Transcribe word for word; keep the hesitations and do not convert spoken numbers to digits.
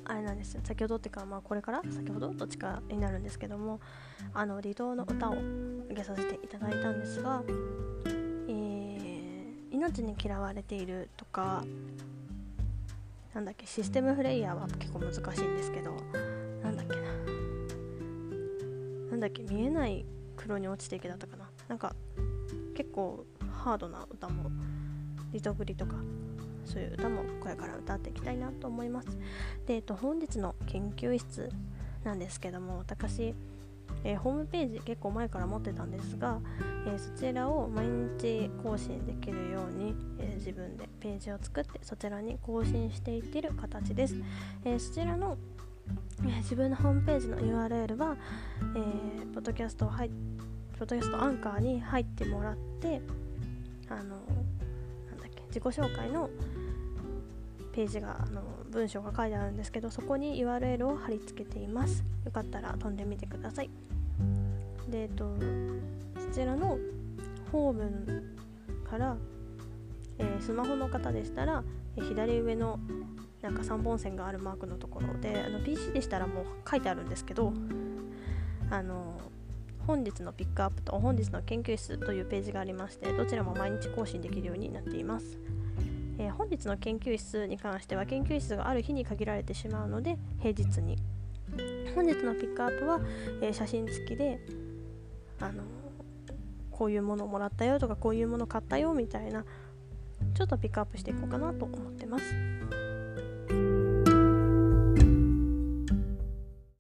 あれなんですよ。先ほどっていうか、まあこれから先ほどどっちかになるんですけども、あの離島の歌を上げさせていただいたんですが、えー、命に嫌われているとか、なんだっけ、システムフレイヤーは結構難しいんですけど、なんだっけななんだっけ見えない黒に落ちていけだったかな。なんか結構ハードな歌も、リトグリとかそういう歌もこれから歌っていきたいなと思います。で、えっと、本日の研究室なんですけども、私、えー、ホームページ結構前から持ってたんですが、えー、そちらを毎日更新できるように、えー、自分でページを作ってそちらに更新していっている形です。えー、そちらの、えー、自分のホームページの ユーアールエル は、えー、ポッドキャストを入ポッドキャストアンカーに入ってもらって、あのなんだっけ自己紹介のページが、あの文章が書いてあるんですけど、そこに ユーアールエル を貼り付けています。よかったら飛んでみてください。で、えっと、そちらのホームから、えー、スマホの方でしたら、えー、左上のなんかさんぼん線があるマークのところで、あの ピーシー でしたらもう書いてあるんですけど、あの本日のピックアップと本日の研究室というページがありまして、どちらも毎日更新できるようになっています。えー、本日の研究室に関しては研究室がある日に限られてしまうので平日に、本日のピックアップは、えー、写真付きで、あのこういうものをもらったよとかこういうものを買ったよみたいな、ちょっとピックアップしていこうかなと思ってます。